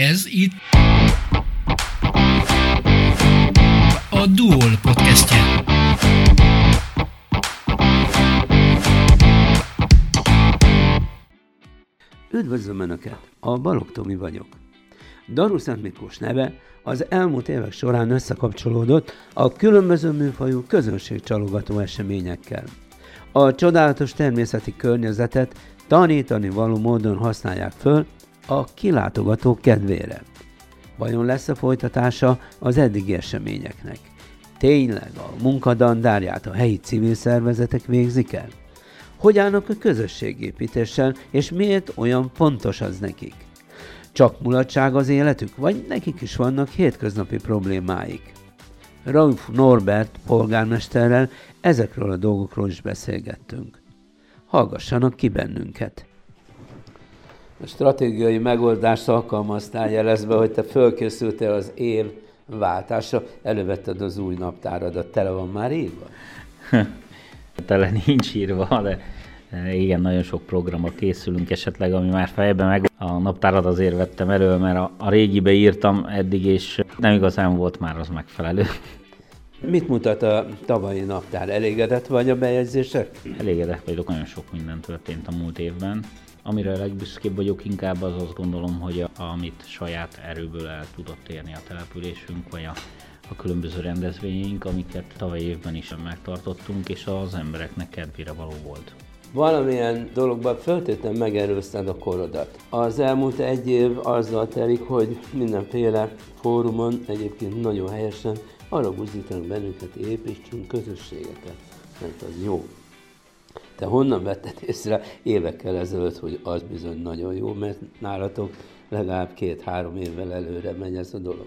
Ez itt a Duol podcastje. Üdvözlöm Önöket! A Balogh Tomi vagyok. Daruszent Miklós neve az elmúlt évek során összekapcsolódott a különböző műfajú közönségcsalogató eseményekkel. A csodálatos természeti környezetet tanítani való módon használják föl a kilátogatók kedvére. Vajon lesz a folytatása az eddigi eseményeknek? Tényleg a munkadandárját a helyi civil szervezetek végzik el? Hogy állnak a közösségépítéssel, és miért olyan fontos az nekik? Csak mulatság az életük, vagy nekik is vannak hétköznapi problémáik? Rauf Norbert polgármesterrel ezekről a dolgokról is beszélgettünk. Hallgassanak ki bennünket! A stratégiai megoldást alkalmaztál, jelezve, hogy te fölkészültél az év váltásra, elővetted az új naptáradat, tele van már írva? Tele nincs írva, de igen, nagyon sok programra készülünk esetleg, ami már fejben meg. A naptárat azért vettem elő, mert a régibe írtam eddig, és nem igazán volt már az megfelelő. Mit mutat a tavalyi naptár? Elégedett vagy a bejegyzések? Elégedett vagyok, nagyon sok minden történt a múlt évben. Amire a legbüszkébb vagyok inkább az azt gondolom, hogy amit saját erőből el tudott érni a településünk, vagy a különböző rendezvényeink, amiket tavaly évben is megtartottunk, és az embereknek kedvére való volt. Valamilyen dologban feltétlenül megerőzted a korodat. Az elmúlt egy év azzal telik, hogy mindenféle fórumon, egyébként nagyon helyesen, arra buzdítanak bennünket, építsünk közösségeket, mert az jó. Te honnan vetted észre évekkel ezelőtt, hogy az bizony nagyon jó, mert nálatok legalább 2-3 évvel előre megy ez a dolog?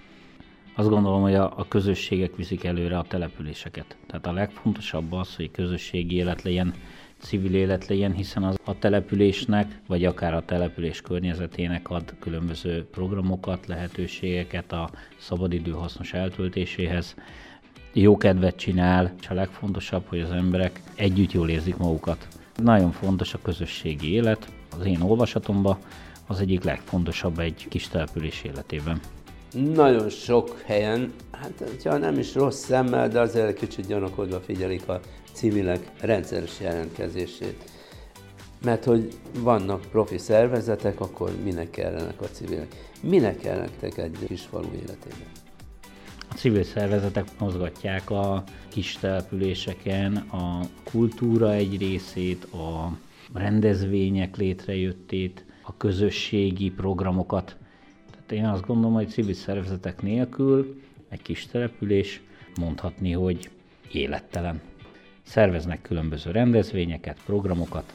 Azt gondolom, hogy a közösségek viszik előre a településeket. Tehát a legfontosabb az, hogy közösségi élet legyen, civil élet legyen, hiszen az a településnek, vagy akár a település környezetének ad különböző programokat, lehetőségeket a szabadidő hasznos eltöltéséhez. Jó kedvet csinál, és a legfontosabb, hogy az emberek együtt jól érzik magukat. Nagyon fontos a közösségi élet, az én olvasatomban az egyik legfontosabb egy kis település életében. Nagyon sok helyen, ha nem is rossz szemmel, de azért kicsit gyanakodva figyelik a civilek rendszeres jelentkezését. Mert hogy vannak profi szervezetek, akkor minek kellenek a civilek? Minek kellenek egy kis falu életében? A civil szervezetek mozgatják a kis településeken a kultúra egy részét, a rendezvények létrejöttét, a közösségi programokat. Tehát én azt gondolom, hogy civil szervezetek nélkül egy kis település mondhatni, hogy élettelen. Szerveznek különböző rendezvényeket, programokat,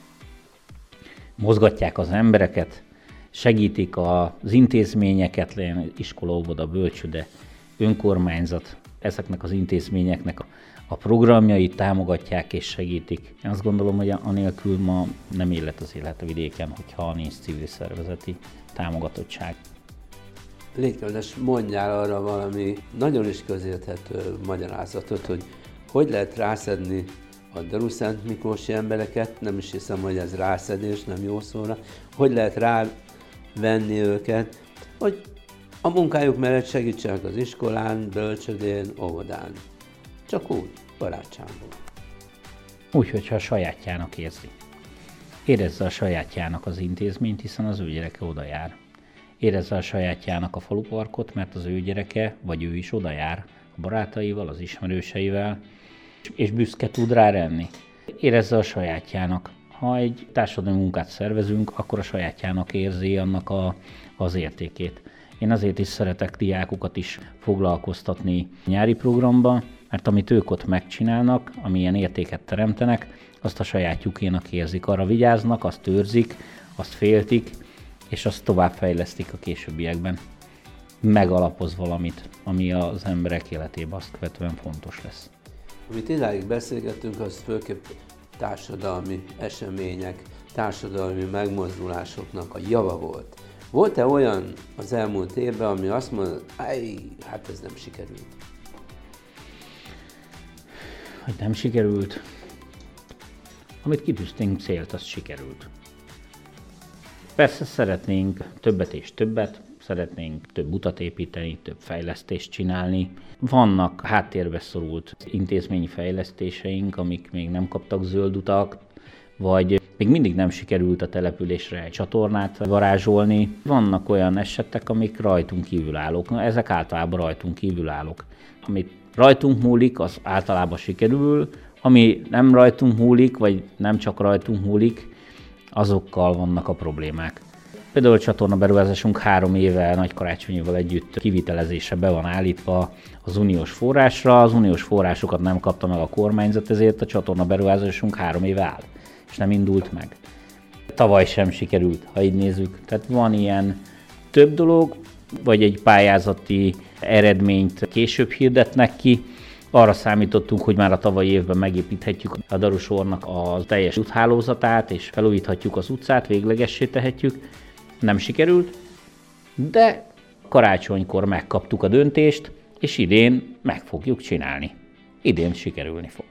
mozgatják az embereket, segítik az intézményeket, legyen iskola, óvoda, bölcsőde, önkormányzat, ezeknek az intézményeknek a programjait támogatják és segítik. Én azt gondolom, hogy anélkül ma nem élet az élet a vidéken, hogyha nincs civil szervezeti támogatottság. Légy kedves, mondjál arra valami nagyon is közérthető magyarázatot, hogy lehet rászedni a Daruszent Miklósi embereket, nem is hiszem, hogy ez rászedés, nem jó szóra, hogy lehet rávenni őket, hogy a munkájuk mellett segítsenek az iskolán, bölcsödén, óvodán. Csak úgy, barátságból. Úgy, hogyha a sajátjának érzi. Érezze a sajátjának az intézményt, hiszen az ő gyereke oda jár. Érezze a sajátjának a faluparkot, mert az ő gyereke, vagy ő is oda jár a barátaival, az ismerőseivel, és büszke tud rá lenni. Érezze a sajátjának. Ha egy társadalmi munkát szervezünk, akkor a sajátjának érzi annak az értékét. Én azért is szeretek diákokat is foglalkoztatni nyári programban, mert amit ők ott megcsinálnak, amilyen értéket teremtenek, azt a sajátjukénak érzik. Arra vigyáznak, azt őrzik, azt féltik, és azt továbbfejlesztik a későbbiekben. Megalapoz valamit, ami az emberek életében azt követően fontos lesz. Amit idáig beszélgettünk, az főképp társadalmi események, társadalmi megmozdulásoknak a java volt. Volt-e olyan az elmúlt évben, ami azt mondod, hát ez nem sikerült? Hogy nem sikerült? Amit kitűztünk célt, az sikerült. Persze szeretnénk többet és többet, szeretnénk több utat építeni, több fejlesztést csinálni. Vannak háttérbe szorult intézményi fejlesztéseink, amik még nem kaptak zöld utak, vagy még mindig nem sikerült a településre egy csatornát varázsolni. Vannak olyan esetek, amik rajtunk kívülállók. Na, ezek általában rajtunk kívülállók. Amit rajtunk múlik, az általában sikerül, ami nem rajtunk múlik, vagy nem csak rajtunk múlik, azokkal vannak a problémák. Például a csatornaberuházásunk 3 éve Nagykarácsonyival együtt kivitelezésre be van állítva az uniós forrásra. Az uniós forrásokat nem kapta meg a kormányzat, ezért a csatornaberuházásunk 3 éve áll, és nem indult meg. Tavaly sem sikerült, ha így nézzük. Tehát van ilyen több dolog, vagy egy pályázati eredményt később hirdetnek ki. Arra számítottunk, hogy már a tavalyi évben megépíthetjük a Darusornak a teljes úthálózatát, és felújíthatjuk az utcát, véglegessé tehetjük. Nem sikerült, de karácsonykor megkaptuk a döntést, és idén meg fogjuk csinálni. Idén sikerülni fog.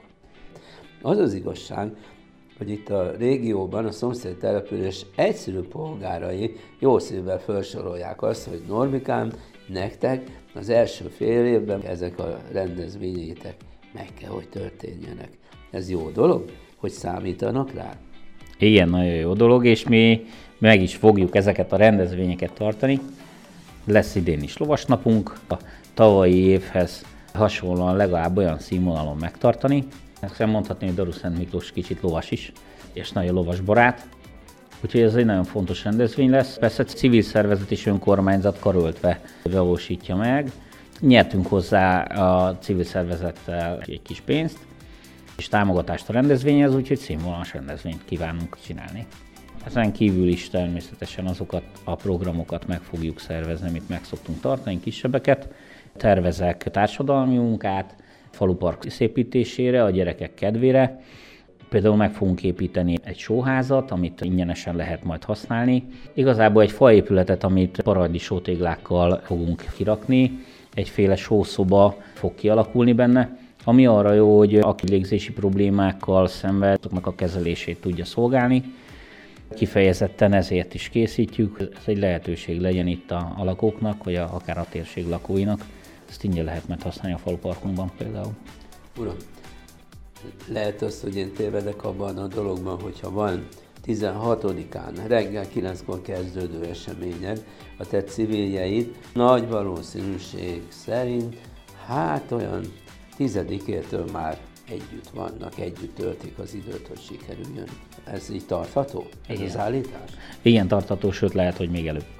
Az az igazság, hogy itt a régióban a szomszéd település egyszerű polgárai jó szívvel felsorolják azt, hogy Normikám, nektek az első fél évben ezek a rendezvényeitek meg kell, hogy történjenek. Ez jó dolog, hogy számítanak rá? Igen, nagyon jó dolog, és mi meg is fogjuk ezeket a rendezvényeket tartani. Lesz idén is lovasnapunk, a tavalyi évhez hasonlóan legalább olyan színvonalon megtartani. Ezt mondhatni, hogy Daruszent Miklós kicsit lovas is, és nagyon lovas barát. Úgyhogy ez egy nagyon fontos rendezvény lesz. Persze civil szervezet és önkormányzat karöltve valósítja meg. Nyertünk hozzá a civil szervezettel egy kis pénzt, és támogatást a rendezvényhez, úgyhogy színvonalas rendezvényt kívánunk csinálni. Ezen kívül is természetesen azokat a programokat meg fogjuk szervezni, amit meg szoktunk tartani, kisebbeket. Tervezek társadalmi munkát, falupark szépítésére, a gyerekek kedvére. Például meg fogunk építeni egy sóházat, amit ingyenesen lehet majd használni. Igazából egy faépületet, amit parajdi sótéglákkal fogunk kirakni, egyféle sószoba fog kialakulni benne, ami arra jó, hogy aki légzési problémákkal szenved, azoknak a kezelését tudja szolgálni. Kifejezetten ezért is készítjük, ez egy lehetőség legyen itt a lakóknak, vagy akár a térség lakóinak. Ezt ingyen lehet majd használni a faluparkunkban például. Uram, lehet az, hogy én tévedek abban a dologban, hogyha van 16-án reggel 9-kor kezdődő eseményed, a te civiljeid, nagy valószínűség szerint, hát olyan 10-től már együtt vannak, együtt töltik az időt, hogy sikerüljön. Ez így tartható? Ez igen. Az állítás? Igen, tartható, sőt lehet, hogy még előbb.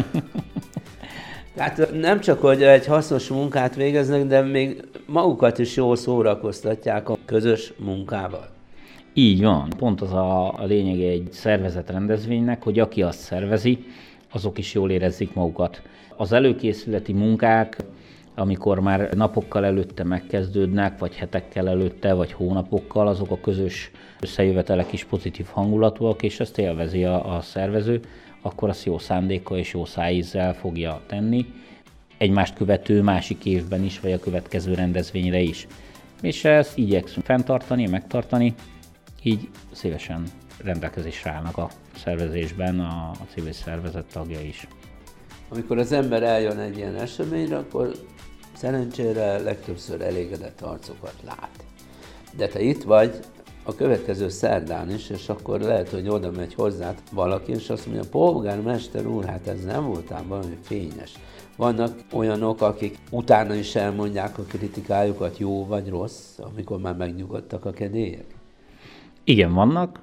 Tehát nem csak, hogy egy hasznos munkát végeznek, de még magukat is jól szórakoztatják a közös munkával. Így van. Pont az a lényege egy szervezett rendezvénynek, hogy aki azt szervezi, azok is jól érezzék magukat. Az előkészületi munkák, amikor már napokkal előtte megkezdődnek, vagy hetekkel előtte, vagy hónapokkal, azok a közös összejövetelek is pozitív hangulatúak, és ezt élvezi a szervező, akkor azt jó szándékkal és jó szájízzel fogja tenni, egymást követő másik évben is, vagy a következő rendezvényre is. És ezt igyekszünk fenntartani, megtartani, így szívesen rendelkezésre állnak a szervezésben a civil szervezet tagja is. Amikor az ember eljön egy ilyen eseményre, akkor szerencsére legtöbbször elégedett arcokat lát. De te itt vagy a következő szerdán is, és akkor lehet, hogy oda megy hozzád valaki, és azt mondja, polgármester úr, hát ez nem voltál valami fényes. Vannak olyanok, akik utána is elmondják a kritikájukat, jó vagy rossz, amikor már megnyugodtak a kedélyek? Igen, vannak.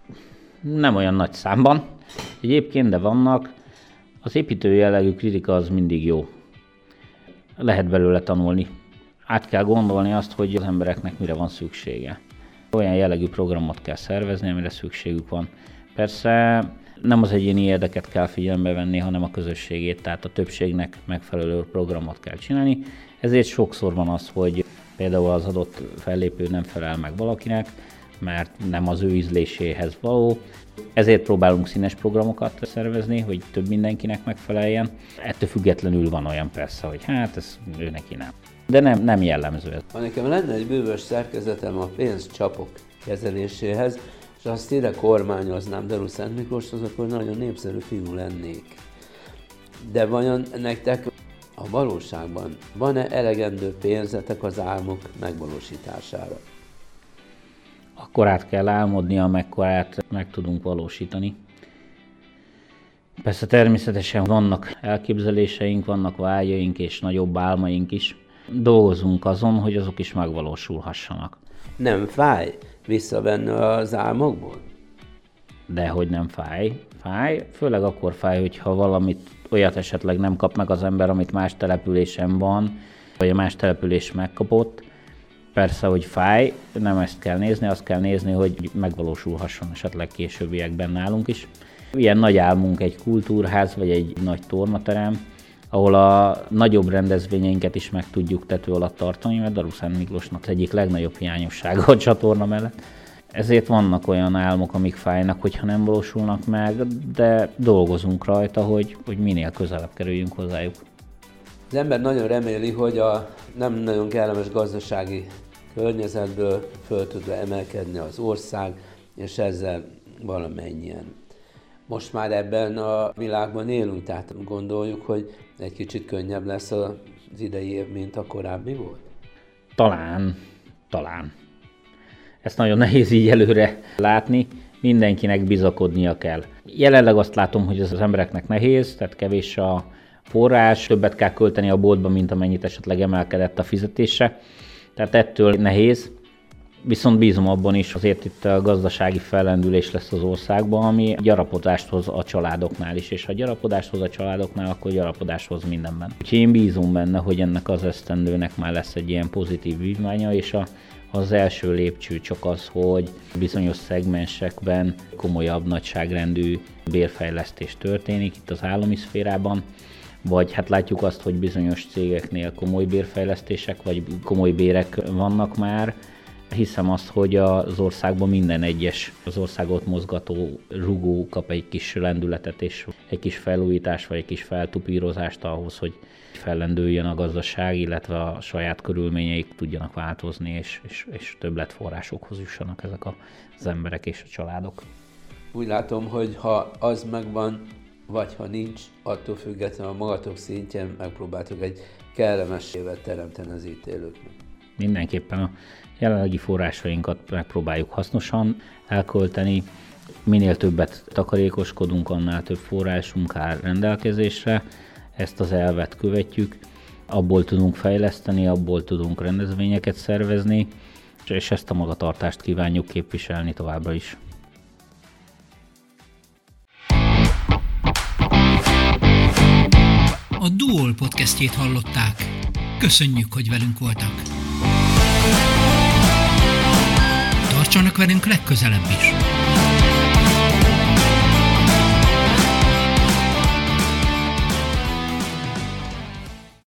Nem olyan nagy számban. Egyébként, de vannak. Az építő jellegű kritika az mindig jó. Lehet belőle tanulni. Át kell gondolni azt, hogy az embereknek mire van szüksége. Olyan jellegű programot kell szervezni, amire szükségük van. Persze nem az egyéni érdeket kell figyelembe venni, hanem a közösségét, tehát a többségnek megfelelő programot kell csinálni. Ezért sokszor van az, hogy például az adott fellépő nem felel meg valakinek, mert nem az ő ízléséhez való. Ezért próbálunk színes programokat szervezni, hogy több mindenkinek megfeleljen. Ettől függetlenül van olyan persze, hogy hát ez ő neki nem. De nem jellemző ez. Ha nekem lenne egy bővös szerkezetem a pénzcsapok kezeléséhez, és azt ide kormányoznám Daruszent Miklóst, akkor nagyon népszerű fiú lennék. De vajon nektek a valóságban van-e elegendő pénzetek az álmok megvalósítására? Akkorát kell álmodni, amekkorát meg tudunk valósítani. Persze természetesen vannak elképzeléseink, vannak vágyaink és nagyobb álmaink is. Dolgozunk azon, hogy azok is megvalósulhassanak. Nem fáj visszavenni az álmokból? Dehogy nem fáj. Fáj, főleg akkor fáj, hogyha valamit olyat esetleg nem kap meg az ember, amit más településen van, vagy a más település megkapott. Persze, hogy fáj, nem ezt kell nézni, azt kell nézni, hogy megvalósulhasson esetleg későbbiekben nálunk is. Ilyen nagy álmunk egy kultúrház, vagy egy nagy tornaterem, ahol a nagyobb rendezvényeinket is meg tudjuk tető alatt tartani, mert Daruszent Miklósnak az egyik legnagyobb hiányossága a csatorna mellett. Ezért vannak olyan álmok, amik fájnak, hogyha nem valósulnak meg, de dolgozunk rajta, hogy minél közelebb kerüljünk hozzájuk. Az ember nagyon reméli, hogy a nem nagyon kellemes gazdasági környezetből föl tud emelkedni az ország, és ezzel valamennyien. Most már ebben a világban élünk, tehát gondoljuk, hogy egy kicsit könnyebb lesz az idei év, mint a korábbi volt? Talán. Ezt nagyon nehéz így előre látni, mindenkinek bizakodnia kell. Jelenleg azt látom, hogy ez az embereknek nehéz, tehát kevés a forrás, többet kell költeni a boltba, mint amennyit esetleg emelkedett a fizetése. Tehát ettől nehéz, viszont bízom abban is, azért itt a gazdasági fellendülés lesz az országban, ami gyarapodást hoz a családoknál is, és ha gyarapodást hoz a családoknál, akkor gyarapodást hoz mindenben. Úgyhogy én bízom benne, hogy ennek az esztendőnek már lesz egy ilyen pozitív vívmánya, és az első lépcső csak az, hogy bizonyos szegmensekben komolyabb nagyságrendű bérfejlesztés történik itt az állami szférában, vagy hát látjuk azt, hogy bizonyos cégeknél komoly bérfejlesztések, vagy komoly bérek vannak már. Hiszem azt, hogy az országban minden egyes az országot mozgató rugó kap egy kis lendületet és egy kis felújítás, vagy egy kis feltupírozást ahhoz, hogy fellendüljön a gazdaság, illetve a saját körülményeik tudjanak változni, és többletforrásokhoz jussanak ezek az emberek és a családok. Úgy látom, hogy ha az megvan, vagy ha nincs, attól függetlenül a magatok szintjén megpróbáltuk egy kellemes évet teremteni az itt élőknek. Mindenképpen a jelenlegi forrásainkat megpróbáljuk hasznosan elkölteni. Minél többet takarékoskodunk, annál több forrásunk áll rendelkezésre. Ezt az elvet követjük, abból tudunk fejleszteni, abból tudunk rendezvényeket szervezni, és ezt a magatartást kívánjuk képviselni továbbra is. A Duol podcastjét hallották. Köszönjük, hogy velünk voltak. Tartsanak velünk legközelebb is!